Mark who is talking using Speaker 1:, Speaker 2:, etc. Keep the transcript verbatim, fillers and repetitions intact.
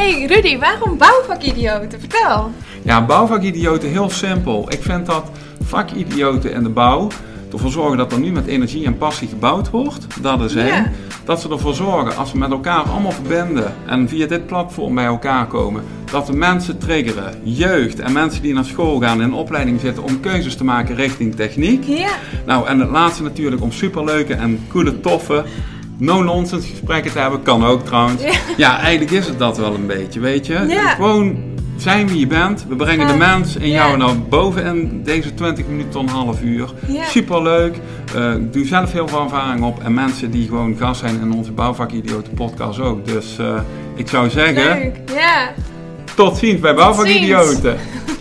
Speaker 1: Hey Rudy, waarom bouwvakidioten? Vertel.
Speaker 2: Ja, bouwvakidioten heel simpel. Ik vind dat vakidioten in de bouw ervoor zorgen dat er nu met energie en passie gebouwd wordt. Dat is één.
Speaker 1: Ja.
Speaker 2: Dat ze ervoor zorgen, als we met elkaar allemaal verbinden en via dit platform bij elkaar komen, dat we mensen triggeren, jeugd en mensen die naar school gaan en in opleiding zitten om keuzes te maken richting techniek.
Speaker 1: Ja.
Speaker 2: Nou, en het laatste natuurlijk om superleuke en coole, toffe, no-nonsense gesprekken te hebben. Kan ook trouwens.
Speaker 1: Ja.
Speaker 2: Ja, eigenlijk is het dat wel een beetje, weet je.
Speaker 1: Ja.
Speaker 2: Gewoon zijn wie je bent. We brengen de
Speaker 1: Ja.
Speaker 2: mens in
Speaker 1: Ja.
Speaker 2: jou naar boven in deze twintig minuten tot een half uur.
Speaker 1: Ja.
Speaker 2: Superleuk. Uh, ik doe zelf heel veel ervaring op. En mensen die gewoon gast zijn in onze Bouwvakidioten podcast ook. Dus uh, ik zou zeggen,
Speaker 1: Leuk. Ja.
Speaker 2: tot ziens bij
Speaker 1: Tot ziens.
Speaker 2: Bouwvakidioten.